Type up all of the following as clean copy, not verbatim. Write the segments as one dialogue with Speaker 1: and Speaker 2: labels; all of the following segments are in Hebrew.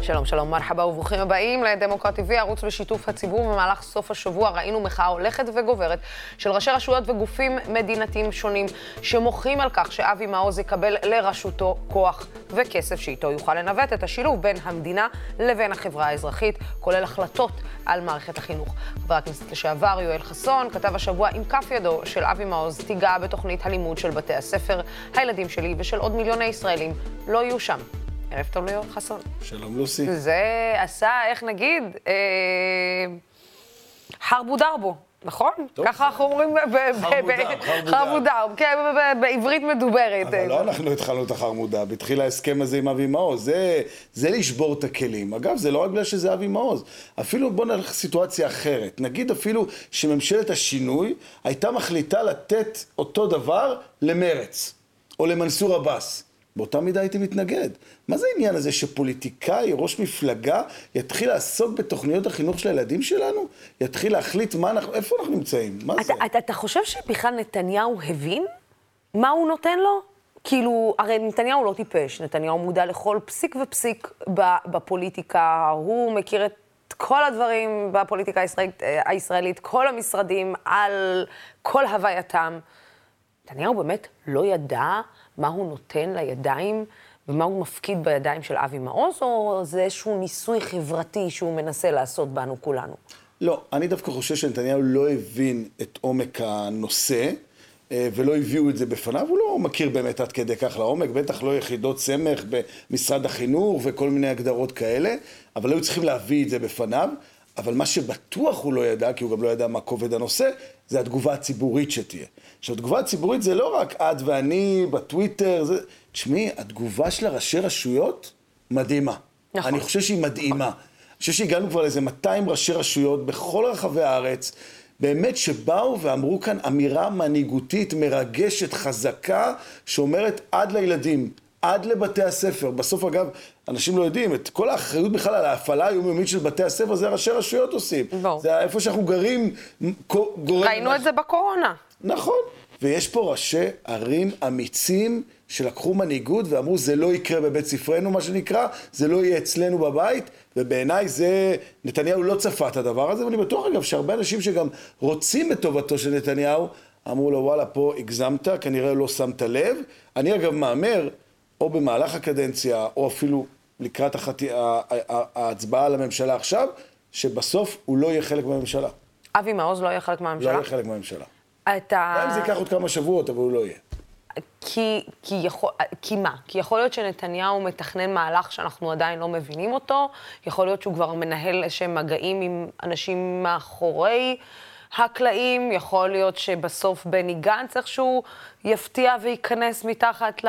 Speaker 1: שלום, שלום, מרחבה וברוכים הבאים לדמוקרט TV, ערוץ בשיתוף הציבור. במהלך סוף השבוע ראינו מחאה הולכת וגוברת של ראשי רשויות וגופים מדינתיים שונים שמוחים על כך שאבי מעוז יקבל לרשותו כוח וכסף שאיתו יוכל לנווט את השילוב בין המדינה לבין החברה האזרחית, כולל החלטות על מערכת החינוך. חבר הכנסת לשעבר יואל חסון כתב השבוע עם כף ידו של אבי מעוז תיגע בתוכנית הלימוד של בתי הספר. הילדים שלי ושל עוד מיליוני ישראלים לא יהיו שם. ערב טוב ליואל חסון.
Speaker 2: שלום לוסי.
Speaker 1: זה עשה, איך נגיד, חרבו דרבו, נכון? ככה אנחנו אומרים חרבו דרבו, כן, בעברית מדוברת.
Speaker 2: אבל לא אנחנו התחלנו את החרמודה, התחיל ההסכם הזה עם אבי מעוז, זה לשבור את הכלים. אגב, זה לא רק בגלל שזה אבי מעוז, אפילו בוא נלך סיטואציה אחרת. נגיד אפילו שממשלת השינוי הייתה מחליטה לתת אותו דבר למרץ, או למנסור עבאס. באותה מידה הייתי מתנגד. מה זה העניין הזה שפוליטיקאי, ראש מפלגה, יתחיל לעסוק בתוכניות החינוך של הילדים שלנו? יתחיל להחליט איפה אנחנו נמצאים? מה זה?
Speaker 1: אתה חושב שבכלל נתניהו הבין מה הוא נותן לו? כאילו, הרי נתניהו לא טיפש. נתניהו מודע לכל פסיק ופסיק בפוליטיקה. הוא מכיר את כל הדברים בפוליטיקה הישראלית, כל המשרדים על כל הווייתם. נתניהו באמת לא ידע מה הוא נותן לידיים ומה הוא מפקיד בידיים של אבי מעוז, או זה איזשהו ניסוי חברתי שהוא מנסה לעשות בנו כולנו?
Speaker 2: לא, אני דווקא חושב שנתניהו לא הבין את עומק הנושא, ולא הביאו את זה בפניו. הוא לא מכיר באמת עד כדי כך לעומק, בטח לא יחידות סמך במשרד החינוך וכל מיני הגדרות כאלה, אבל היו צריכים להביא את זה בפניו. אבל מה שבטוח הוא לא ידע, כי הוא גם לא ידע מה כובד הנושא, זה התגובה הציבורית שתהיה. עכשיו, התגובה הציבורית זה לא רק את ואני בטוויטר, זה... תשמעי, התגובה של ראשי רשויות מדהימה. נכון. אני חושב שהיא מדהימה. אני חושב שהגענו כבר לאיזה 200 ראשי רשויות בכל רחבי הארץ, באמת שבאו ואמרו כאן אמירה מנהיגותית, מרגשת, חזקה, שאומרת עד לילדים, עד לבתי הספר. בסוף אגב, אנשים לא יודעים, את כל האחריות בכלל על ההפעלה היומיומית של בתי הספר, זה ראשי רשויות עושים. בוא. זה איפה שאנחנו גרים.
Speaker 1: ראינו את זה בקורונה.
Speaker 2: נכון. ויש פה ראשי ערים אמיצים שלקחו מנהיגות ואמרו, זה לא יקרה בבית ספרנו, מה שנקרא, זה לא יהיה אצלנו בבית, ובעיניי זה, נתניהו לא צפה את הדבר הזה, ואני בטוח אגב שהרבה אנשים שגם רוצים את טובתו של נתניהו, אמרו לו, וואלה, פה הגזמת, כנראה לא שמת לב. אני אגב מאמר, או במהלך הקדנציה, או אפילו לקראת ההצבעה על הממשלה עכשיו, שבסוף הוא לא יהיה חלק מהממשלה.
Speaker 1: אבי מעוז לא יהיה חלק מהממשלה?
Speaker 2: לא יהיה חלק מהממשלה. גם זה ייקח עוד כמה שבועות, אבל הוא לא יהיה.
Speaker 1: כי מה? כי יכול להיות שנתניהו מתכנן מהלך שאנחנו עדיין לא מבינים אותו, יכול להיות שהוא כבר מנהל איזשהם מגעים עם אנשים מאחורי הקלעים, יכול להיות שבסוף בני גנץ איכשהו יפתיע וייכנס מתחת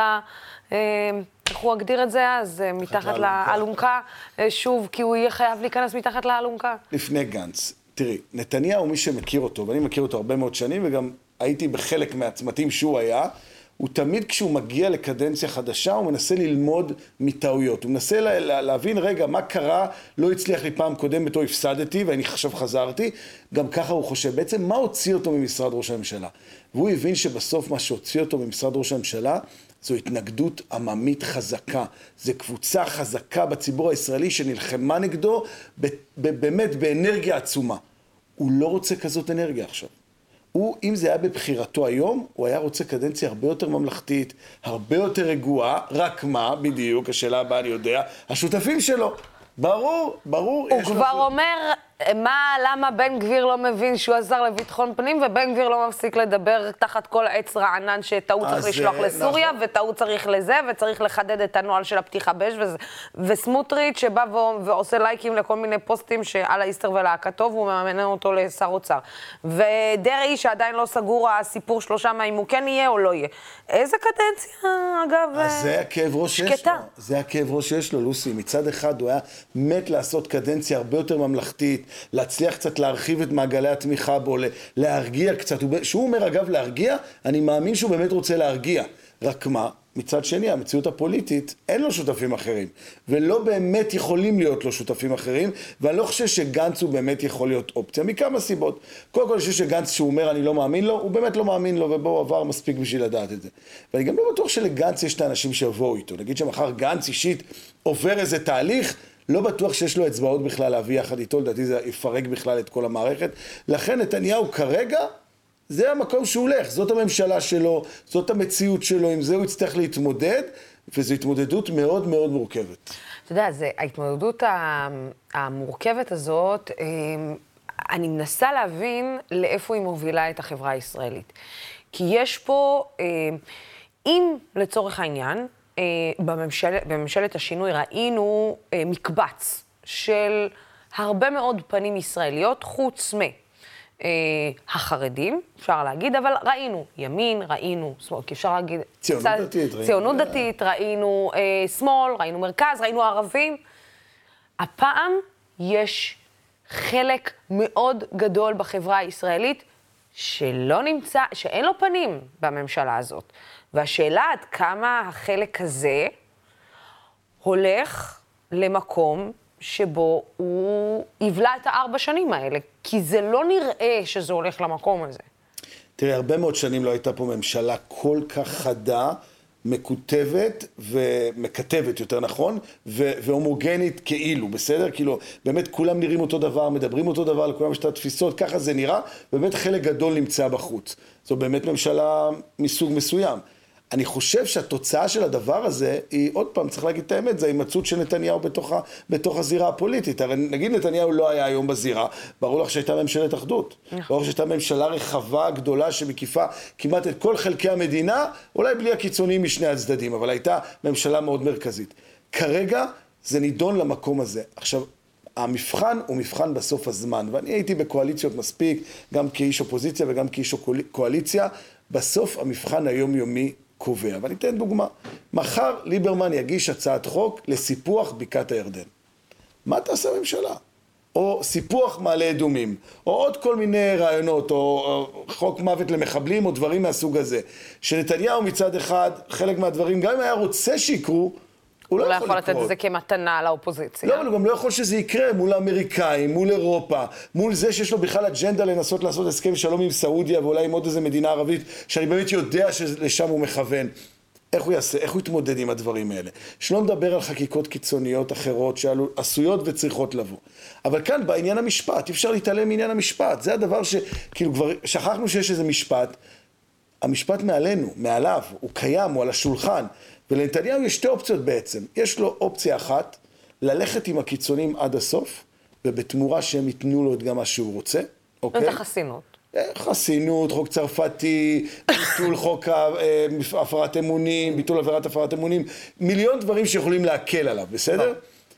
Speaker 1: איך הוא הגדיר את זה אז? מתחת לאלונקה, שוב, כי הוא יהיה חייב להיכנס מתחת לאלונקה.
Speaker 2: לפני גנץ. תראי, נתניהו, מי שמכיר אותו, ואני מכיר אותו הרבה מאוד שנים, וגם הייתי בחלק מהצמתים שהוא היה, הוא תמיד כשהוא מגיע לקדנציה חדשה, הוא מנסה ללמוד מטעויות. הוא מנסה להבין, רגע, מה קרה, לא הצליח לי פעם קודמת או הפסדתי, ואני עכשיו חזרתי, גם ככה הוא חושב. בעצם מה הוציא אותו ממשרד ראש הממשלה? והוא הבין שבסוף מה שהוציא אותו ממשרד ראש הממשלה, זו התנגדות עממית חזקה. זו קבוצה חזקה בציבור הישראלי שנלחמה נגדו באמת באנרגיה עצומה. הוא לא רוצה כזאת אנרגיה עכשיו. אם זה היה בבחירתו היום, הוא היה רוצה קדנציה הרבה יותר ממלכתית, הרבה יותר רגועה, רק מה, בדיוק, השאלה הבאה אני יודע, השותפים שלו. ברור.
Speaker 1: הוא כבר אומר, למה בן גביר לא מבין שהוא עזר לביטחון פנים, ובן גביר לא מפסיק לדבר תחת כל עץ רענן שטעות צריך לשלוח לסוריה, וטעות צריך לזה, וצריך לחדד את הנוהל של הפתיחה באש, וסמוטריץ' שבא ועושה לייקים לכל מיני פוסטים שעל האיסטר ולהקתו, והוא מממן אותו לשר אוצר. ודרעי שעדיין לא סגור הסיפור שלו שם, אם הוא כן יהיה או לא יהיה. איזה קדנציה, אגב,
Speaker 2: אז זה הכאב ראש שיש לו. זה הכאב ראש שיש לו, לוסי. מצד אחד הוא היה מת לעשות קדנציה הרבה יותר ממלכתית, להצליח קצת להרחיב את מעגלי התמיכה בו, להרגיע קצת. שהוא אומר, אגב, להרגיע, אני מאמין שהוא באמת רוצה להרגיע. רק מה? מצד שני, המציאות הפוליטית, אין לו שותפים אחרים. ולא באמת יכולים להיות לו שותפים אחרים, ואני לא חושב שגנץ הוא באמת יכול להיות אופציה, מכמה סיבות. קודם כל, אני חושב שגנץ שהוא אומר, אני לא מאמין לו, הוא באמת לא מאמין לו, ובו הוא עבר מספיק בשביל לדעת את זה. ואני גם לא בטוח שלגנץ יש את האנשים שיבואו איתו. נגיד שמחר גנץ אישית עובר איזה תהליך, לא בטוח שיש לו אצבעות בכלל להביא יחד איתו, לדעתי זה יפרק בכלל את כל המערכת. לכן נתניהו כרגע, זה המקום שהוא הולך, זאת הממשלה שלו, זאת המציאות שלו, עם זה הוא יצטרך להתמודד, וזו התמודדות מאוד מאוד מורכבת.
Speaker 1: אתה יודע, ההתמודדות המורכבת הזאת, אני מנסה להבין לאיפה היא מובילה את החברה הישראלית. כי יש פה, אם לצורך העניין, בממשלת השינוי ראינו מקבץ של הרבה מאוד פנים ישראליות, חוץ החרדים, אפשר להגיד, אבל ראינו ימין, ראינו שמאל, כי אפשר להגיד... ציונות דתית, ראינו שמאל, ראינו מרכז, ראינו ערבים. הפעם יש חלק מאוד גדול בחברה הישראלית שלא נמצא, שאין לו פנים בממשלה הזאת. והשאלה עד כמה החלק הזה הולך למקום שבו הוא יבלע את 4 שנים האלה, כי זה לא נראה שזה הולך למקום הזה.
Speaker 2: תראה, הרבה מאוד שנים לא הייתה פה ממשלה כל כך חדה, מקוטבת ומכתבת יותר נכון, והומוגנית כאילו, בסדר? כאילו, באמת כולם נראים אותו דבר, מדברים אותו דבר, לכולם יש את התפיסות, ככה זה נראה, באמת חלק גדול נמצא בחוץ. זו באמת ממשלה מסוג מסוים. אני חושב שהתוצאה של הדבר הזה היא, עוד פעם, צריך להגיד את האמת, זה ההימצאות של נתניהו בתוך הזירה הפוליטית. הרי נגיד נתניהו לא היה היום בזירה, ברור לך שהייתה ממשלת אחדות. ברור שהייתה ממשלה רחבה, גדולה, שמקיפה כמעט את כל חלקי המדינה, אולי בלי הקיצוניים משני הצדדים, אבל הייתה ממשלה מאוד מרכזית. כרגע זה נידון למקום הזה. עכשיו, המבחן הוא מבחן בסוף הזמן, ואני הייתי בקואליציות מספיק, גם כאיש אופוזיציה וגם כאיש קואליציה, בסוף המבחן היומיומי קובע. ואני אתן דוגמה. מחר ליברמן יגיש הצעת חוק לסיפוח בקעת הירדן. מה תעשה הממשלה? או סיפוח מעלה אדומים, או עוד כל מיני רעיונות, או חוק מוות למחבלים, או דברים מהסוג הזה. שנתניהו מצד אחד, חלק מהדברים, גם אם היה רוצה שיקרו, הוא לא יכול
Speaker 1: לתת את זה כמתנה לאופוזיציה.
Speaker 2: לא, אבל הוא גם לא יכול שזה יקרה מול האמריקאים, מול אירופה, מול זה שיש לו בכלל אג'נדה לנסות לעשות הסכם שלום עם סעודיה, ואולי עם עוד איזה מדינה ערבית, שאני באמת יודע שלשם הוא מכוון. איך הוא יעשה? איך הוא יתמודד עם הדברים האלה? שלא מדבר על חקיקות קיצוניות אחרות שעשויות וצריכות לבוא. אבל כאן בעניין המשפט, אי אפשר להתעלם מעניין המשפט. זה הדבר שכאילו כבר שכחנו שיש איזה משפט, המשפט מעלינו, מעליו, הוא קיים, הוא על השולחן. ולנתניהו יש 2 אופציות בעצם. יש לו אופציה אחת, ללכת עם הקיצונים עד הסוף, ובתמורה שהם ייתנו לו את גם מה שהוא רוצה. אוקיי?
Speaker 1: זה חסינות.
Speaker 2: חסינות, חוק צרפתי, ביטול חוק הפרת אמונים, ביטול עבירת הפרת אמונים, מיליון דברים שיכולים להקל עליו, בסדר?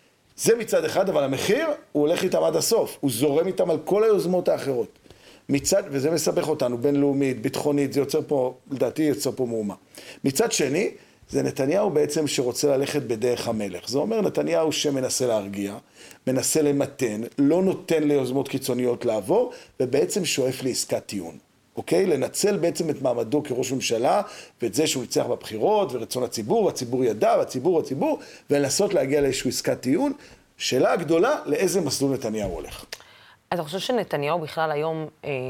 Speaker 2: זה מצד אחד, אבל המחיר, הוא הולך איתם עד הסוף. הוא זורם איתם על כל היוזמות האחרות. מצד, וזה מסבך אותנו, בינלאומית, ביטחונית, זה יוצר פה, לדעתי יוצר פה מהומה. מצד שני, זה נתניהו בעצם שרוצה ללכת בדרך המלך. זה אומר נתניהו שמנסה להרגיע, מנסה למתן, לא נותן ליוזמות קיצוניות לעבור, ובעצם שואף לעסקת טיעון. אוקיי? לנצל בעצם את מעמדו כראש ממשלה, ואת זה שהוא ניצח בבחירות, ורצון הציבור, והציבור ידע, והציבור, ולנסות להגיע לאיזשהו עסקת טיעון. שאלה הגדולה, לאיזה מסלול נתניהו הולך?
Speaker 1: אתה חושב שנתניהו בכלל היום,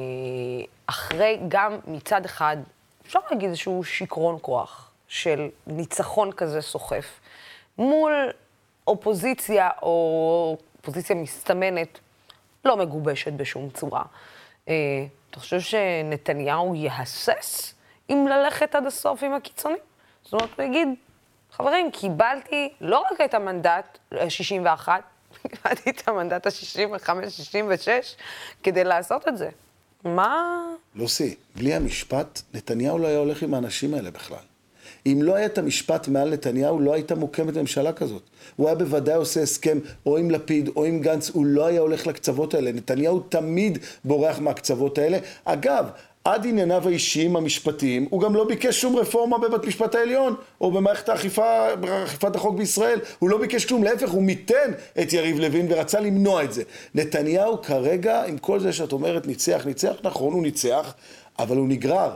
Speaker 1: אחרי גם מצד אחד, אפשר להגיד איזשהו שיקרון כוח, של ניצחון כזה סוחף, מול אופוזיציה או אופוזיציה מסתמנת, לא מגובשת בשום צורה. אתה חושב שנתניהו יהסס אם ללכת עד הסוף עם הקיצונים? זאת אומרת, הוא יגיד, חברים, קיבלתי לא רק את המנדט 61, קיבלתי את המנדט ה-65, 66, כדי לעשות את זה. מה?
Speaker 2: לוסי, בלי המשפט, נתניהו לא היה הולך עם האנשים האלה בכלל. אם לא היה את המשפט מעל נתניהו, לא הייתה מוקמת ממשלה כזאת. הוא היה בוודאי עושה הסכם או עם לפיד או עם גנץ, הוא לא היה הולך לקצוות האלה. נתניהו תמיד בורח מהקצוות האלה. אגב, עד ענייניו האישיים המשפטיים, הוא גם לא ביקש שום רפורמה בבית משפט העליון, או במערכת אכיפת החוק בישראל. הוא לא ביקש כלום, להפך, הוא מיתן את יריב לוין ורצה למנוע את זה. נתניהו כרגע, עם כל זה שאת אומרת, ניצח, נכון, הוא ניצח, אבל הוא נגרר.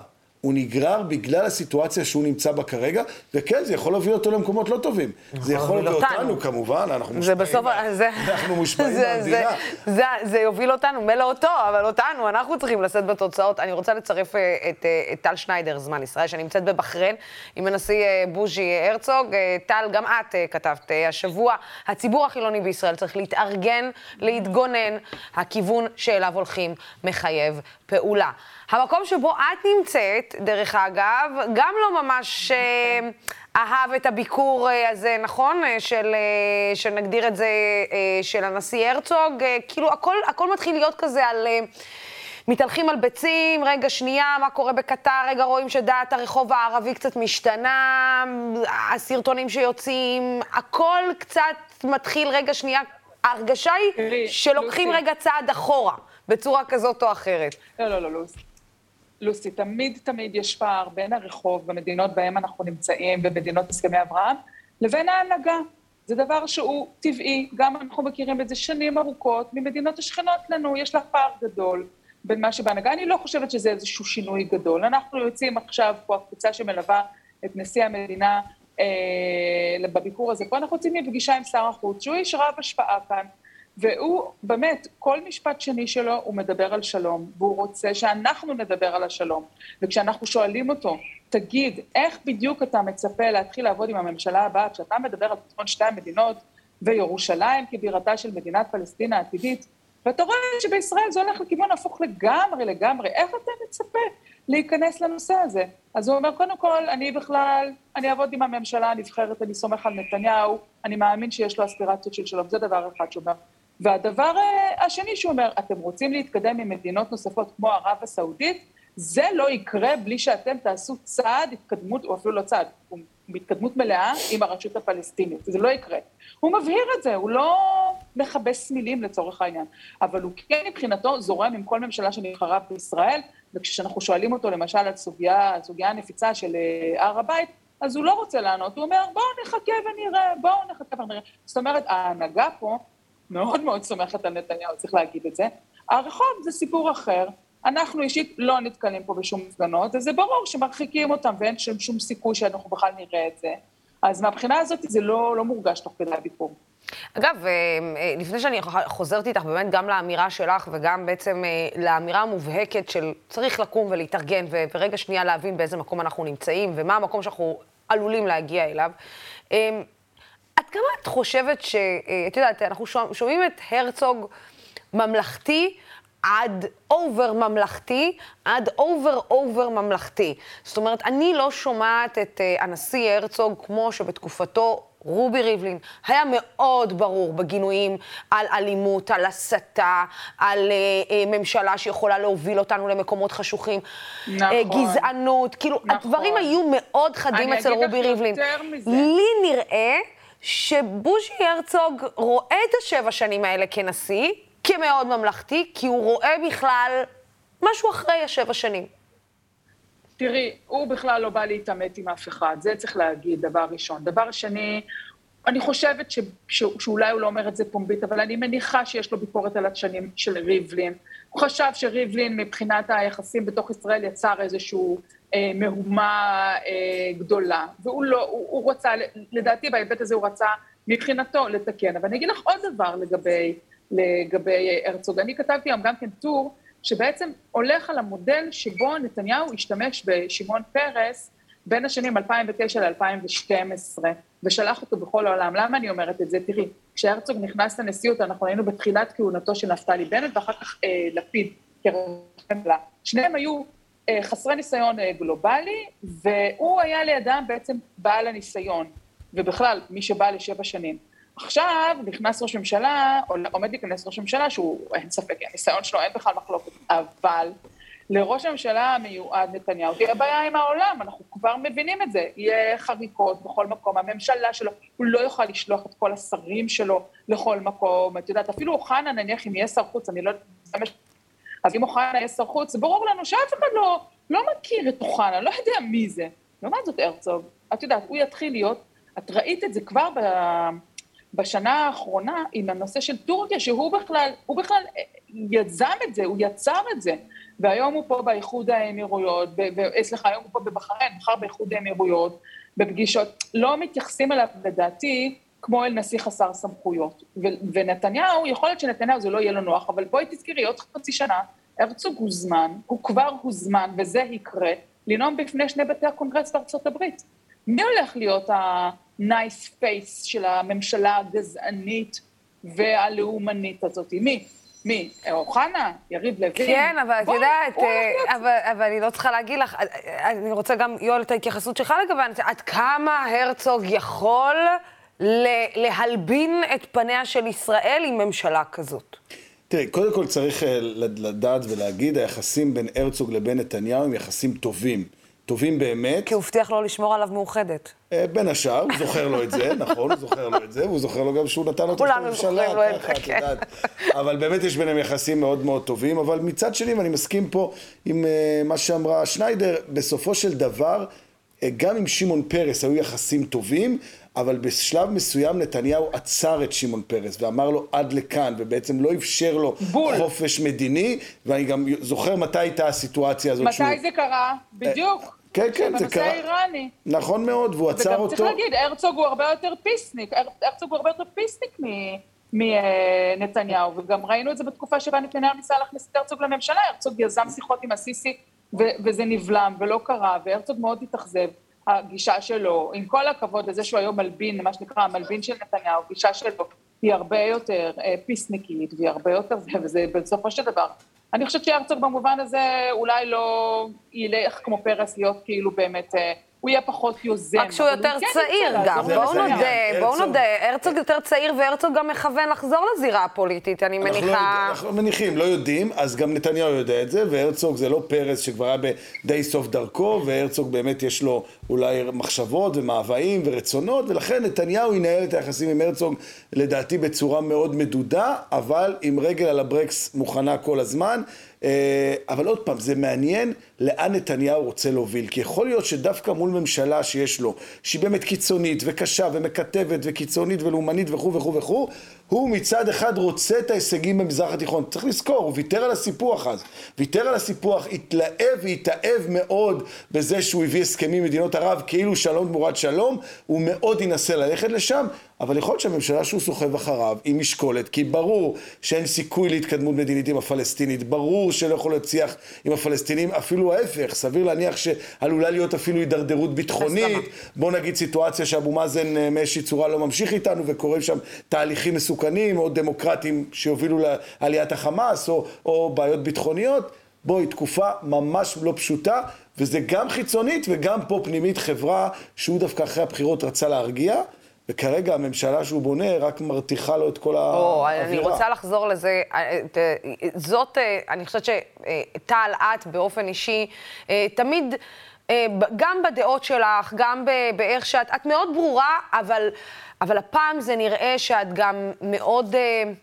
Speaker 2: הוא נגרר בגלל הסיטואציה שהוא נמצא בה כרגע, וכן, זה יכול להביא אותו למקומות לא טובים. זה יכול להביא אותנו, כמובן, אנחנו מושפעים מהמדינה.
Speaker 1: זה יוביל אותנו, מלא אותו, אבל אותנו, אנחנו צריכים לשאת בתוצאות. אני רוצה לצרף את טל שניידר, זמן ישראל, שנמצאת בבחריין, עם הנשיא בוז'י הרצוג. טל, גם את כתבת השבוע, הציבור החילוני בישראל צריך להתארגן, להתגונן, הכיוון שאליו הולכים מחייב פעולה. המקום שבו את נמצאת, דרך אגב, גם לא ממש אהב את הביקור הזה, נכון? שנגדיר את זה, של הנשיא הרצוג, כאילו הכל מתחיל להיות כזה על... מתהלכים על ביצים, רגע שנייה, מה קורה בקטר, רגע רואים שדעת הרחוב הערבי קצת משתנה, הסרטונים שיוצאים, הכל קצת מתחיל רגע שנייה, ההרגשה היא שלוקחים רגע צעד אחורה, בצורה כזאת או אחרת.
Speaker 3: לא, לוסי, תמיד יש פער בין הרחוב במדינות בהם אנחנו נמצאים, במדינות הסכמי אברהם, לבין ההנהגה. זה דבר שהוא טבעי, גם אנחנו מכירים את זה שנים ארוכות, ממדינות השכנות לנו, יש לך פער גדול בין מה שבהנהגה. אני לא חושבת שזה איזשהו שינוי גדול. אנחנו יוצאים עכשיו פה, הקבוצה שמלווה את נשיא המדינה בביקור הזה, פה אנחנו יוצאים מפגישה עם שר החוץ, שהוא איש רב השפעה כאן, והוא באמת, כל משפט שני שלו הוא מדבר על שלום, והוא רוצה שאנחנו נדבר על השלום, וכשאנחנו שואלים אותו, תגיד, איך בדיוק אתה מצפה להתחיל לעבוד עם הממשלה הבאה, כשאתה מדבר על פתרון שתי המדינות, וירושלים כבירתה של מדינת פלסטין העתידית, ואתה רואה שבישראל זה הולך לכיוון הפוך לגמרי, איך אתה מצפה להיכנס לנושא הזה? אז הוא אומר, קודם כל, אני אעבוד עם הממשלה הנבחרת, אני סומך על נתניהו, אני מאמין שיש לו אספירציות של שלום, זה דבר אחד שהוא אומר. והדבר השני שהוא אומר, אתם רוצים להתקדם עם מדינות נוספות כמו ערב הסעודית, זה לא יקרה בלי שאתם תעשו צעד התקדמות, או אפילו לא צעד, התקדמות מלאה עם הרשות הפלסטינית, זה לא יקרה. הוא מבהיר את זה, הוא לא מכבס מילים לצורך העניין, אבל הוא כן מבחינתו זורם עם כל ממשלה שנבחרה בישראל, וכשאנחנו שואלים אותו למשל על סוגיה הנפיצה של הר הבית, אז הוא לא רוצה לענות, הוא אומר בואו נחכה ונראה, זאת אומרת, ההנהגה פה מאוד מאוד סומכת על נתניהו, צריך להגיד את זה, הרחוב זה סיפור אחר, אנחנו אישית לא נתקלים פה בשום הפגנות, אז זה ברור שמרחיקים אותם ואין שום סיכוי שאנחנו בכלל נראה את זה, אז מהבחינה הזאת זה לא מורגש תוך כדי הביקור.
Speaker 1: אגב, לפני שאני חוזרת איתך באמת גם לאמירה שלך וגם בעצם לאמירה המובהקת של צריך לקום ולהתארגן ורגע שנייה להבין באיזה מקום אנחנו נמצאים ומה המקום שאנחנו עלולים להגיע אליו, עד כמה את חושבת את יודעת, אנחנו שומעים את הרצוג ממלכתי, עד אובר ממלכתי, עד אובר ממלכתי. זאת אומרת, אני לא שומעת את הנשיא הרצוג כמו שבתקופתו רובי ריבלין היה מאוד ברור בגינויים על אלימות, על הסתה, על ממשלה שיכולה להוביל אותנו למקומות חשוכים, גזענות, כאילו הדברים היו מאוד חדים אצל רובי ריבלין. לי נראה שבוז'י הרצוג רואה את 7 שנים האלה כנשיא, כמאוד ממלכתי, כי הוא רואה בכלל משהו אחרי 7 שנים.
Speaker 3: תראי, הוא בכלל לא בא להתעמת עם אף אחד, זה צריך להגיד, דבר ראשון. דבר שני, אני חושבת שאולי הוא לא אומר את זה פומבית, אבל אני מניחה שיש לו ביקורת על השנים של ריבלין. הוא חשב שריבלין מבחינת היחסים בתוך ישראל יצר איזשהו מהומה גדולה, והוא לא, הוא רצה, לדעתי בהיבט הזה הוא רצה מבחינתו לתקן. אבל אני אגיד לך עוד דבר לגבי הרצוג. אני כתבתי היום גם כן טור, שבעצם הולך על המודל שבו נתניהו השתמש בשמעון פרס, בין השנים 2009 ל-2012, ושלח אותו בכל העולם. למה אני אומרת את זה? תראי, כשהרצוג נכנס לנשיאות, אנחנו היינו בתחילת כהונתו של נפתלי בנט, ואחר כך לפיד, שניהם היו חסרי ניסיון גלובלי, והוא היה לידם בעצם בעל הניסיון, ובכלל, מי שבא ל7 שנים. עכשיו נכנס ראש ממשלה, או עומד להיכנס ראש ממשלה, שהוא אין ספק, הניסיון שלו אין בכלל מחלוקת, אבל לראש הממשלה המיועד נתניהו, תהיה בעיה עם העולם, אנחנו כבר מבינים את זה, יהיה חריקות בכל מקום, הממשלה שלו, הוא לא יוכל לשלוח את כל השרים שלו לכל מקום, את יודעת, אפילו אוחנה נניח אם יהיה שר חוץ, אני לא יודעת, אז אם אוחנה יהיה שר חוץ, זה ברור לנו שאף אחד לא מכיר את אוחנה, לא יודע מי זה, לעומת זאת הרצוג, את יודעת, הוא יתחיל להיות, את ראית את זה כבר בשנה האחרונה עם הנושא של טורקיה, שהוא בכלל יזם את זה, הוא יצר את זה, והיום הוא פה באיחוד האמירויות, היום הוא פה בבחריין, מחר באיחוד האמירויות, בפגישות, לא מתייחסים אליו לדעתי, כמו אל נשיא חסר סמכויות. ונתניהו, יכול להיות שנתניהו זה לא יהיה לו נוח, אבל בואי תזכירי, עוד חצי שנה, הרצוג הוזמן, הוא כבר הוזמן, וזה יקרה, לנאום בפני שני בתי הקונגרס בארצות הברית. מי הולך להיות ה-nice face של הממשלה הגזענית והלאומנית הזאת? מי? אוחנה? יריב לוין?
Speaker 1: כן, אבל את יודעת, אבל אני לא צריכה להגיד לך, אני רוצה גם, יואל, את ההתייחסות שלך לגבי, עד כמה הרצוג יכול להלבין את פניה של ישראל עם ממשלה כזאת?
Speaker 2: תראי, קודם כל צריך לדעת ולהגיד, היחסים בין הרצוג לבין נתניהו הם יחסים טובים. טובים באמת.
Speaker 1: כי הוא הבטיח לו לשמור עליו מאוחדת.
Speaker 2: בין השאר, הוא זוכר לו את זה, נכון, הוא זוכר לו את זה, והוא זוכר לו גם שהוא נתן אותו בממשלה, ככה, את יודעת. אבל באמת יש ביניהם יחסים מאוד מאוד טובים, אבל מצד שני, ואני מסכים פה עם מה שאמרה שניידר, בסופו של דבר, גם עם שמעון פרס היו יחסים טובים, אבל בשלב מסוים נתניהו עצר את שמעון פרס ואמר לו עד לכאן, ובעצם לא אפשר לו חופש מדיני, ואני גם זוכר מתי הייתה הסיטואציה הזאת.
Speaker 3: מתי זה קרה? בדיוק.
Speaker 2: כן, זה קרה.
Speaker 3: בנושא האיראני.
Speaker 2: נכון מאוד, והוא עצר אותו.
Speaker 3: וגם צריך להגיד, הרצוג הוא הרבה יותר פיסניק מנתניהו, וגם ראינו את זה בתקופה שבה נתניהו ניסה להכניס את הרצוג לממשלה, הרצוג יזם שיחות עם הסיסי, וזה נבלם ולא קרה, והרצוג מאוד התאכזב. הגישה שלו, עם כל הכבוד לזה שהוא היום מלבין, מה שנקרא המלבין של נתניהו, הגישה שלו היא הרבה יותר פיסניקית, והיא הרבה יותר, וזה בסופו של דבר. אני חושבת שהרצוג במובן הזה אולי לא ילך כמו פרס להיות כאילו באמת, הוא יהיה פחות יוזם.
Speaker 1: רק שהוא יותר צעיר גם, בואו נודה, הרצוג יותר צעיר והרצוג גם מכוון לחזור לזירה הפוליטית, אני מניחה.
Speaker 2: אנחנו מניחים, לא יודעים, אז גם נתניהו יודע את זה, והרצוג זה לא פרס שכבר היה די סוף דרכו, והרצוג באמת יש לו אולי מחשבות ומאוויים ורצונות, ולכן נתניהו ינהל את היחסים עם הרצוג לדעתי בצורה מאוד מדודה, אבל עם רגל על הברקס מוכנה כל הזמן. אבל עוד פעם, זה מעניין לאן נתניהו רוצה להוביל, כי יכול להיות שדווקא מול ממשלה שיש לו, שהיא באמת קיצונית וקשה ומכתבת וקיצונית ולאומנית וכו', הוא מצד אחד רוצה את ההישגים במזרח התיכון. צריך לזכור, הוא ויתר על הסיפוח אז. ויתר על הסיפוח, התלהב והתאהב מאוד בזה שהוא הביא הסכמים מדינות ערב, כאילו שלום תמורת שלום, הוא מאוד ינסה ללכת לשם, אבל יכול להיות שהממשלה שהוא סוחב אחריו היא משקולת, כי ברור שאין סיכוי להתקדמות מדינית עם הפלסטינית, ברור שלא יכול להצליח עם הפלסטינים, אפילו ההפך, סביר להניח שעלולה להיות אפילו הידרדרות ביטחונית, בוא נגיד סיטואציה שאבו מאזן מאיזושהי צורה לא ממשיך איתנו, וקוראים שם תהליכים מסוכנים או דמוקרטיים שיובילו לעליית החמאס או בעיות ביטחוניות. בואי, תקופה ממש לא פשוטה, וזה גם חיצונית וגם פה פנימית חברה שהוא דווקא אחרי הבחירות רצה להרגיע, וכרגע הממשלה שהוא בונה רק מרתיחה לו את כל האווירה.
Speaker 1: אני רוצה לחזור לזה, זאת, אני חושבת שטל, את באופן אישי, תמיד, גם בדעות שלך, גם באיך את מאוד ברורה, אבל הפעם זה נראה שאת גם מאוד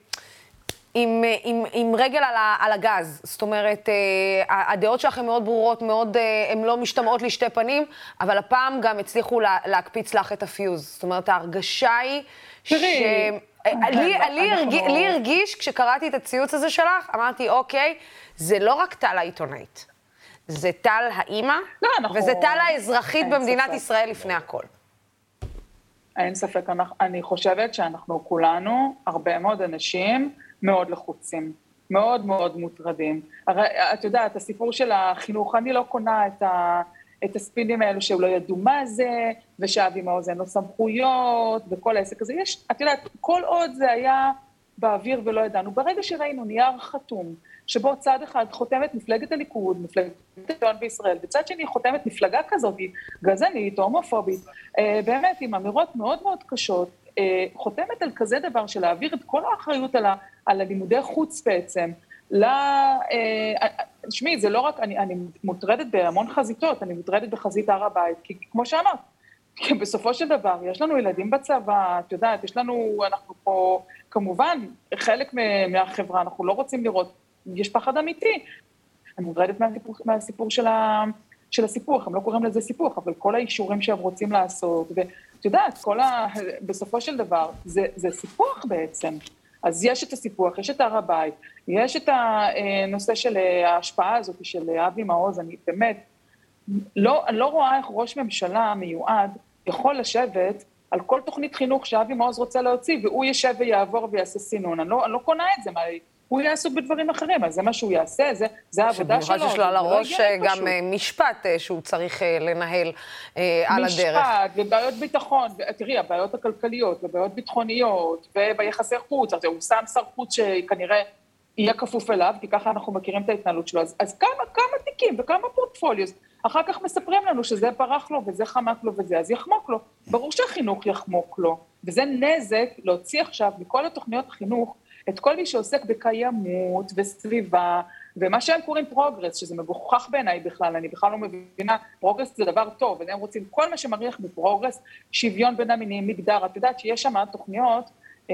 Speaker 1: עם רגל על הגז. זאת אומרת, הדעות שלך הן מאוד ברורות, הן לא משתמעות לשתי פנים, אבל הפעם גם הצליחו להקפיץ לך את הפיוז. זאת אומרת, ההרגשה היא לי הרגיש, כשקראתי את הציוץ הזה שלך, אמרתי, אוקיי, זה לא רק טל העיתונאית, זה טל האימא, וזה טל האזרחית במדינת ישראל לפני הכל.
Speaker 3: אין ספק, אני חושבת שאנחנו כולנו, הרבה מאוד אנשים, מאוד לחוצים, מאוד מאוד מוטרדים. הרי את יודעת, הסיפור של החינוך, אני לא קונה את הספינים האלו שהוא לא ידעו מה זה, ושאבי מעוז אין לו סמכויות, וכל העסק הזה. את יודעת, כל עוד זה היה באוויר ולא ידענו, ברגע שראינו נייר חתום, שבו צד אחד חותמת מפלגת הליכוד, מפלגת הליכוד בישראל, וצד שני חותמת מפלגה כזאת, גזענית, הומופובית, באמת עם אמירות מאוד מאוד קשות, חותמת על כזה דבר של להעביר את כל האחריות על הלימודי חוץ בעצם, שמי, זה לא רק, אני מוטרדת בהמון חזיתות, אני מוטרדת בחזית הר הבית, כי כמו שאמרת, בסופו של דבר, יש לנו ילדים בצבא, את יודעת, אנחנו פה, כמובן, חלק מהחברה, אנחנו לא רוצים לראות, יש פחד אמיתי, אני מוטרדת מהסיפור של הסיפוח, הם לא קוראים לזה סיפוח, אבל כל האישורים שהם רוצים לעשות, ואת יודעת, בסופו של דבר, זה סיפוח בעצם, אז יש את הסיפוח, יש את הר הבית, יש את הנושא של ההשפעה הזאת של אבי מעוז, אני באמת, אני לא רואה איך ראש ממשלה מיועד יכול לשבת על כל תוכנית חינוך שאבי מעוז רוצה להוציא, והוא ישב ויעבור ויעשה סינון. אני לא קונה את זה, הוא יהיה עסוק בדברים אחרים, אז זה מה שהוא יעשה, זה העבודה שלו.
Speaker 1: שבמיוחד שיש לו על הראש גם משפט שהוא צריך לנהל על הדרך.
Speaker 3: משפט ובעיות ביטחון, תראי, הבעיות הכלכליות ובעיות ביטחוניות וביחסי חוץ, הוא שם שר חוץ שכנראה יהיה כפוף אליו, כי ככה אנחנו מכירים את ההתנהלות שלו, אז כמה תיקים וכמה פורטפוליוס, אחר כך מספרים לנו שזה פרח לו וזה חמק לו וזה, אז יחמוק לו. ברור שהחינוך יחמוק לו, וזה נזק להוציא עכשיו מכל התוכניות החינוך, את כל מי שעוסק בקיימות וסביבה, ומה שהם קוראים פרוגרס, שזה מגוחך בעיניי בכלל, אני בכלל לא מבינה, פרוגרס זה דבר טוב, והם רוצים כל מה שמריח בפרוגרס, שוויון בין המינים, מגדר, את יודעת שיש שם תוכניות,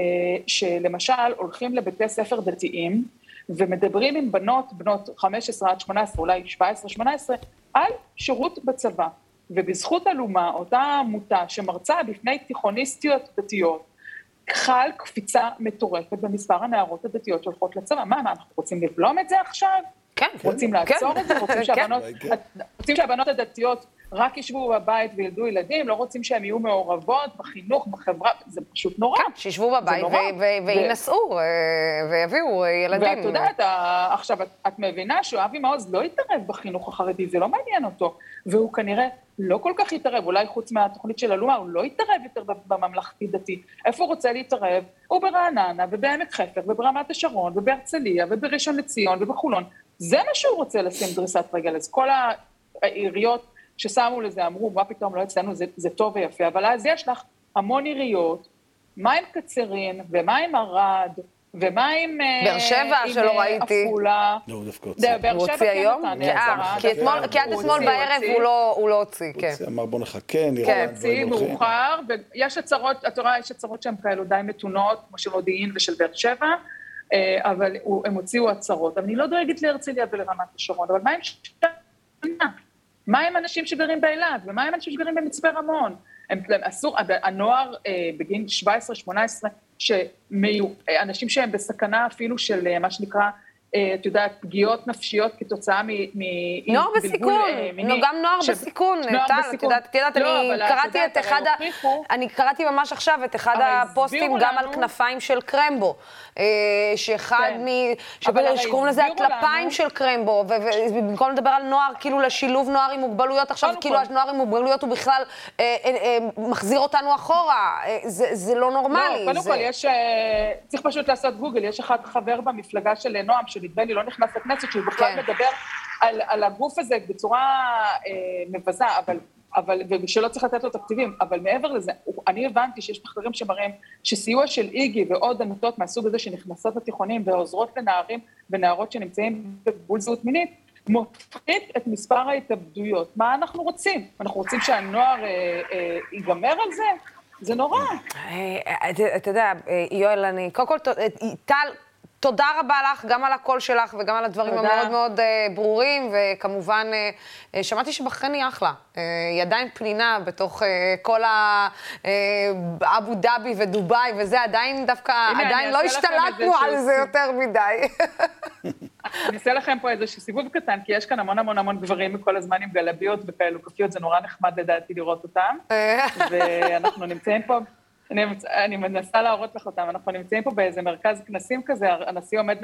Speaker 3: שלמשל הולכים לבתי ספר דתיים, ומדברים עם בנות 15 עד 18, אולי 17-18, על שירות בצבא, ובזכות אלומה, אותה עמותה שמרצה בפני תיכוניסטיות דתיות, חל קפיצה מטורפת במספר הנערות הדתיות שהולכות לצבא. מה, אנחנו רוצים לבלום את זה עכשיו?
Speaker 1: כן.
Speaker 3: רוצים לעצור את זה? רוצים שהבנות הדתיות רק ישבו בבית וילדו ילדים? לא רוצים שהן יהיו מעורבות בחינוך, בחברה? זה פשוט נורא.
Speaker 1: כן, שישבו בבית וינסעו ויביאו ילדים.
Speaker 3: ואת יודעת, עכשיו, את מבינה שאבי מעוז לא יתערב בחינוך החרדי, זה לא מעניין אותו, והוא כנראה לא כל כך יתערב, אולי חוץ מהתוכנית של אלומה, הוא לא יתערב יותר בממלכתי דתי. איפה הוא רוצה להתערב? הוא ברעננה, ובעמק חפר, וברמת השרון, ובהרצליה, ובראשון לציון, ובחולון. זה מה שהוא רוצה לשים דריסת רגל. אז כל העיריות ששמו לזה אמרו, מה פתאום לא אצלנו, זה טוב ויפה, אבל אז יש לך המון עיריות, מה עם קצרין, ומה עם ערד, ומה עם
Speaker 1: באר שבע שלא ראיתי.
Speaker 3: אפולה.
Speaker 2: לא, דווקא הוציא.
Speaker 3: באר שבע כן
Speaker 1: היום? כי עד אתמול בערב הוא לא הוציא, כן.
Speaker 2: אמר בוא נחכה, נראה.
Speaker 3: הוציא מאוחר, ויש הצהרות, את רואה, יש הצהרות שהן כאלו די מתונות, כמו של מודיעין ושל באר שבע, אבל הם הוציאו הצהרות. אבל אני לא דואגת להרצליה ולרמת השרון, אבל מה עם שנה? מה עם אנשים שגרים באילת? ומה עם אנשים שגרים במצפה רמון? הנוער בגיל 17-18, אנשים שהם בסכנה אפילו של מה שנקרא, את יודעת, פגיעות נפשיות כתוצאה
Speaker 1: נוער בסיכון, גם נוער בסיכון, את יודעת, אני קראתי ממש עכשיו את אחד הפוסטים גם על כנפיים של קרמבו, שקוראים לזה הטלפיים של קרמבו, ובמקום לדבר על נוער, כאילו לשילוב נוער עם מוגבלויות, עכשיו כאילו הנוער עם מוגבלויות הוא בכלל מחזיר אותנו אחורה, זה לא נורמלי.
Speaker 3: קודם כל, צריך פשוט לעשות גוגל, יש אחד חבר במפלגה של נועם, שנדמה לי לא נכנס לכנסת, שהוא בכלל מדבר על הגוף הזה בצורה מבזה, ושלא צריך לתת לו תקציבים, אבל מעבר לזה, אני הבנתי שיש מחקרים שמראים שסיוע של איגי ועוד עמותות מהסוג הזה שנכנסות לתיכונים ועוזרות לנערים ונערות שנמצאים בגבול זהות מינית, מופחית את מספר ההתאבדויות. מה אנחנו רוצים? אנחנו רוצים שהנוער ייגמר על זה? זה נורא.
Speaker 1: אתה יודע, יואל, אני קודם כל, טל, תודה רבה לך, גם על הקול שלך וגם על הדברים המאוד מאוד ברורים, וכמובן, שמעתי שבחריין היא אחלה. היא עדיין פנינה בתוך כל אבו דאבי ודוביי, וזה עדיין דווקא, עדיין לא השתלטנו על זה יותר מדי.
Speaker 3: אני אעשה לכם פה איזשהו סיבוב קטן, כי יש כאן המון המון המון גברים מכל הזמן עם גלביות וכאלו כפיות, זה נורא נחמד לדעתי לראות אותם, ואנחנו נמצאים פה, אני מנסה להראות לך אותם, אנחנו נמצאים פה באיזה מרכז כנסים כזה, הנשיא עומד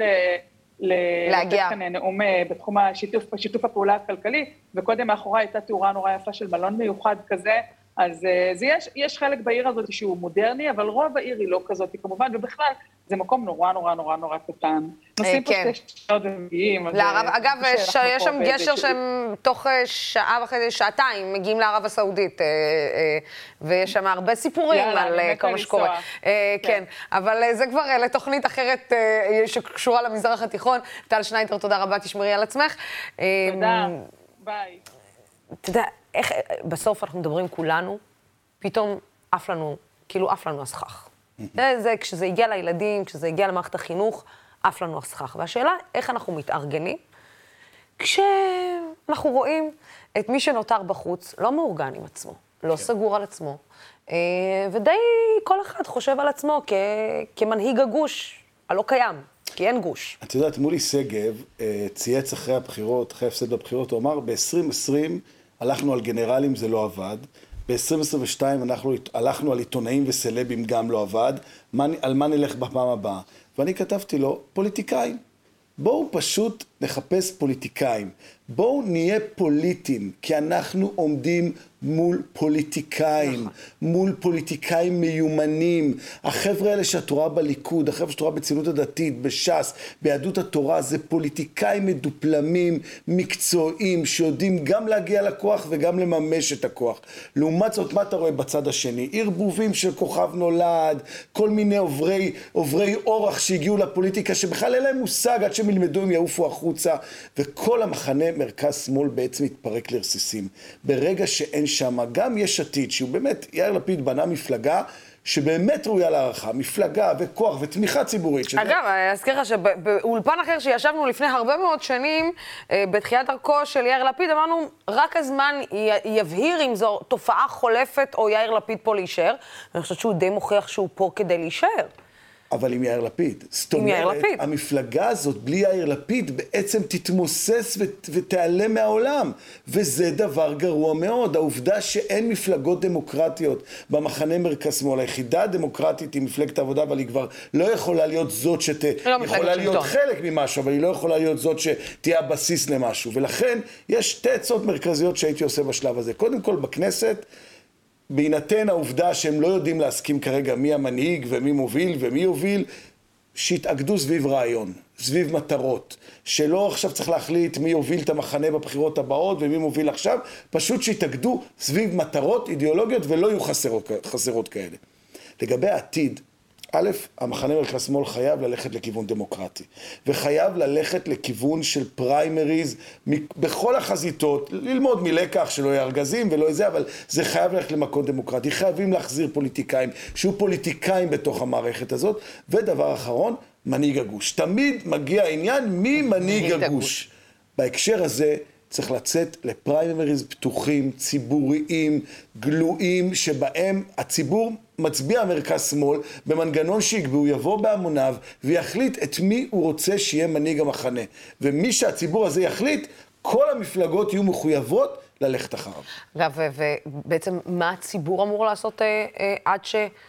Speaker 3: להגיע כאן נאום בתחום שיתוף הפעולה הכלכלי, וקודם מאחורי הייתה תאורה נורא יפה של מלון מיוחד כזה, אז יש חלק בעיר הזאת שהוא מודרני, אבל רוב העיר היא לא כזאת, כמובן, ובכלל זה מקום נורא נורא נורא נורא קטן. נוסעים פה 2 שעות ומגיעים.
Speaker 1: אגב, יש שם גשר שהם תוך שעה וחצי, שעתיים, מגיעים לערב הסעודית, ויש שם הרבה סיפורים על כל מה שקורה. כן, אבל זה כבר לתוכנית אחרת שקשורה למזרח התיכון. טל שניידר, תודה רבה, תשמרי על עצמך.
Speaker 3: תודה, ביי.
Speaker 1: אתה יודע, איך בסוף אנחנו מדברים כולנו, פתאום עף לנו הסכך. זה כשזה הגיע לילדים, כשזה הגיע למערכת החינוך, עף לנו הסכך. והשאלה, איך אנחנו מתארגנים? כשאנחנו רואים את מי שנותר בחוץ, לא מאורגן עם עצמו, לא סגור על עצמו, ודי כל אחד חושב על עצמו כמנהיג הגוש, הלא קיים, כי אין גוש.
Speaker 2: את יודעת, מולי סגב צייץ אחרי הבחירות, אחרי הפסד בבחירות, הוא אמר, ב-2020 הלכנו על גנרלים, זה לא עבד. ב-2022 אנחנו הלכנו על עיתונאים וסלבים, גם לא עבד. על מה נלך בפעם הבאה? ואני כתבתי לו, פוליטיקאים. בואו פשוט נחפש פוליטיקאים. בואו נהיה פוליטיים, כי אנחנו עומדים מול פוליטיקאים, מול פוליטיקאים מיומנים. החבר'ה האלה שאת רואה בליכוד, החבר'ה שאת רואה בציונות הדתית, בש"ס, ביהדות התורה, זה פוליטיקאים מדופלמים, מקצועיים, שיודעים גם להגיע לכוח וגם לממש את הכוח. לעומת זאת, מה אתה רואה בצד השני? ערבובים של כוכב נולד, כל מיני עוברי אורח שהגיעו לפוליטיקה, שבכלל אין להם מושג, עד שהם ילמדו הם יעופו החוצה, וכל המחנה מרכז שמאל בעצם מתפרק לרסיסים. ברגע שאין שם, גם יש עתיד, שהוא באמת, יאיר לפיד בנה מפלגה, שבאמת ראויה להערכה, מפלגה וכוח ותמיכה ציבורית.
Speaker 1: אגב, אני אזכיר לך שבאולפן אחר שישבנו לפני הרבה מאוד שנים, בתחילת דרכו של יאיר לפיד, אמרנו, רק הזמן יבהיר אם זו תופעה חולפת או יאיר לפיד פה להישאר. אני חושבת שהוא די מוכיח שהוא פה כדי להישאר.
Speaker 2: אבל עם יאיר לפיד. זאת אומרת, המפלגה הזאת, בלי יאיר לפיד, בעצם תתמוסס ותיעלם מהעולם. וזה דבר גרוע מאוד. העובדה שאין מפלגות דמוקרטיות במחנה מרכז שמאל. היחידה הדמוקרטית היא מפלגת העבודה, אבל היא כבר לא יכולה להיות זאת יכולה להיות חלק ממשהו, אבל היא לא יכולה להיות זאת שתהיה הבסיס למשהו. ולכן, יש שתי עצות מרכזיות שהייתי עושה בשלב הזה. קודם כל, בכנסת, בהינתן העובדה שהם לא יודעים להסכים כרגע מי המנהיג ומי מוביל ומי יוביל, שיתאגדו סביב רעיון, סביב מטרות, שלא עכשיו צריך להחליט מי יוביל את המחנה בבחירות הבאות ומי מוביל עכשיו, פשוט שיתאגדו סביב מטרות אידיאולוגיות ולא יהיו חסרות כאלה. לגבי העתיד, א', המחנה מרכז שמאל חייב ללכת לכיוון דמוקרטי, וחייב ללכת לכיוון של פריימריז בכל החזיתות, ללמוד מלקח שלא יהיה ארגזים ולא זה, אבל זה חייב ללכת למקום דמוקרטי, חייבים להחזיר פוליטיקאים, שיהיו פוליטיקאים בתוך המערכת הזאת, ודבר אחרון, מנהיג הגוש. תמיד מגיע העניין מי מנהיג הגוש. בהקשר הזה, צריך לצאת לפריימריז פתוחים, ציבוריים, גלויים, שבהם הציבור מצביע מרכז שמאל, במנגנון שיקבעו, יבוא בהמוניו, ויחליט את מי הוא רוצה שיהיה מנהיג המחנה. ומי שהציבור הזה יחליט, כל המפלגות יהיו מחויבות ללכת אחריו.
Speaker 1: אגב, ובעצם מה הציבור אמור לעשות עד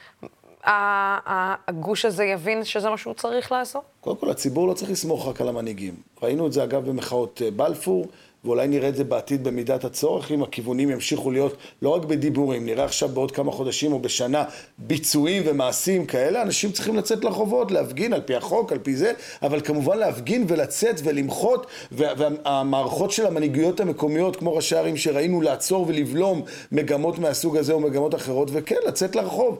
Speaker 1: שהגוש הזה יבין שזה מה שהוא צריך לעשות?
Speaker 2: קודם כל, הציבור לא צריך לסמוך רק על המנהיגים. ראינו את זה אגב במחאות בלפור, ואולי נראה את זה בעתיד במידת הצורך, אם הכיוונים ימשיכו להיות לא רק בדיבורים, נראה עכשיו בעוד כמה חודשים או בשנה ביצועים ומעשים כאלה, אנשים צריכים לצאת לרחובות, להפגין על פי החוק, על פי זה, אבל כמובן להפגין ולצאת ולמחות, והמערכות של המנהיגויות המקומיות, כמו ראשי הערים שראינו, לעצור ולבלום מגמות מהסוג הזה או מגמות אחרות, וכן, לצאת לרחוב.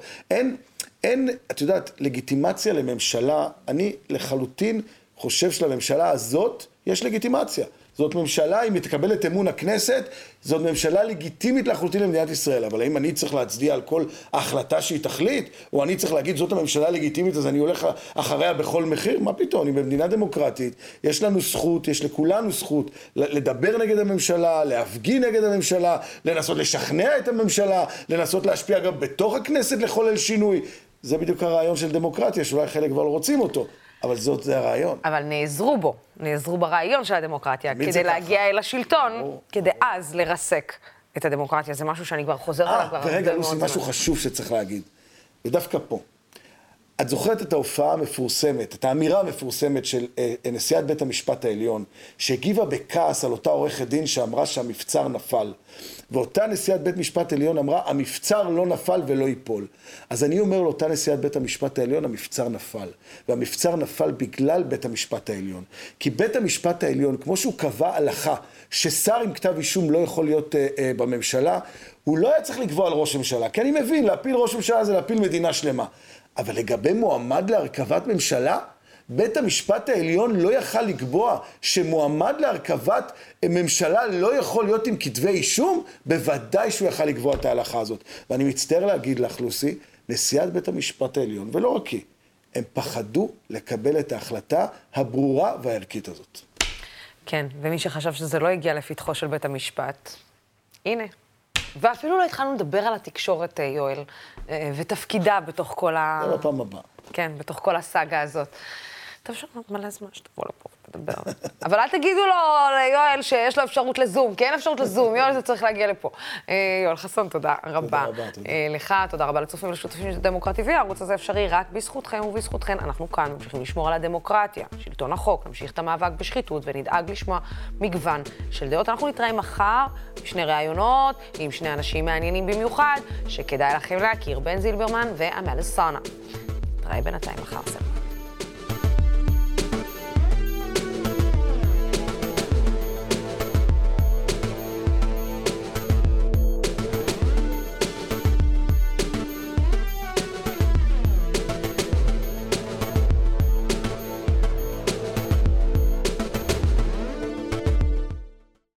Speaker 2: אין, את יודעת, לגיטימציה לממשלה, אני לחלוטין חושב שלממשלה הזאת יש לגיטימציה. זאת ממשלה, אם מתקבלת אמון הכנסת, זאת ממשלה לגיטימית לחלוטין למדינת ישראל. אבל האם אני צריך להצדיע על כל ההחלטה שהיא תחליט, או אני צריך להגיד זאת הממשלה לגיטימית, אז אני הולך אחריה בכל מחיר? מה פתאום? אני במדינה דמוקרטית, יש לנו זכות, יש לכולנו זכות לדבר נגד הממשלה, להפגין נגד הממשלה, לנסות לשכנע את הממשלה, לנסות להשפיע גם בתוך הכנסת לחולל שינוי. זה בדיוק הרעיון של דמוקרטיה, שאולי חלק כבר לא רוצים אותו. אבל זה הרעיון.
Speaker 1: אבל נעזרו ברעיון של הדמוקרטיה, כדי להגיע אל השלטון, כדי אז לרסק את הדמוקרטיה. זה משהו שאני כבר חוזרת עליו כבר הרבה מאוד
Speaker 2: זמן. ורגע, לוסי, משהו חשוב שצריך להגיד. ודווקא פה. את זוכרת את ההופעה המפורסמת, את האמירה המפורסמת של נשיאת בית המשפט העליון, שהגיבה בכעס על אותה עורכת דין שאמרה שהמבצר נפל. ואותה נשיאת בית משפט העליון אמרה, המבצר לא נפל ולא ייפול. אז אני אומר לאותה נשיאת בית המשפט העליון, המבצר נפל. והמבצר נפל בגלל בית המשפט העליון. כי בית המשפט העליון, כמו שהוא קבע הלכה, ששר עם כתב אישום לא יכול להיות בממשלה, הוא לא היה צריך לקבוע על ראש הממשלה. כי אני מבין, להפיל ראש הממשלה זה להפיל מדינה שלמה. אבל לגבי מועמד להרכבת ממשלה, בית המשפט העליון לא יכל לקבוע שמועמד להרכבת ממשלה לא יכול להיות עם כתבי אישום, בוודאי שהוא יכל לקבוע את ההלכה הזאת. ואני מצטער להגיד לך, לוסי, נשיאת בית המשפט העליון, ולא רק היא, הם פחדו לקבל את ההחלטה הברורה והערכית הזאת.
Speaker 1: כן, ומי שחשב שזה לא הגיע לפתחו של בית המשפט, הנה, ואפילו לא התחלנו לדבר על התקשורת, יואל, ותפקידה בתוך כל
Speaker 2: זה בפעם הבאה.
Speaker 1: כן, בתוך כל הסאגה הזאת. טוב, שנות מלא זמן שתבוא לפה ותדבר. אבל אל תגידו לו, ליואל, שיש לו אפשרות לזום, כי אין אפשרות לזום, יואל, זה צריך להגיע לפה. יואל חסון, תודה רבה.
Speaker 2: תודה רבה, תודה.
Speaker 1: לך, תודה רבה לצופים ולשותפים של דמוקרטי TV. הערוץ הזה אפשרי רק בזכותכם ובזכותכן. אנחנו כאן ממשיכים לשמור על הדמוקרטיה, שלטון החוק, נמשיך את המאבק בשחיתות ונדאג לשמוע מגוון של דעות. אנחנו נתראה מחר בשני ראיונות עם שני אנשים מעניינים במיוחד, שכדאי לכם להכיר, בן זילברמן ואמל סאנה. נתראה בינתיים מחר.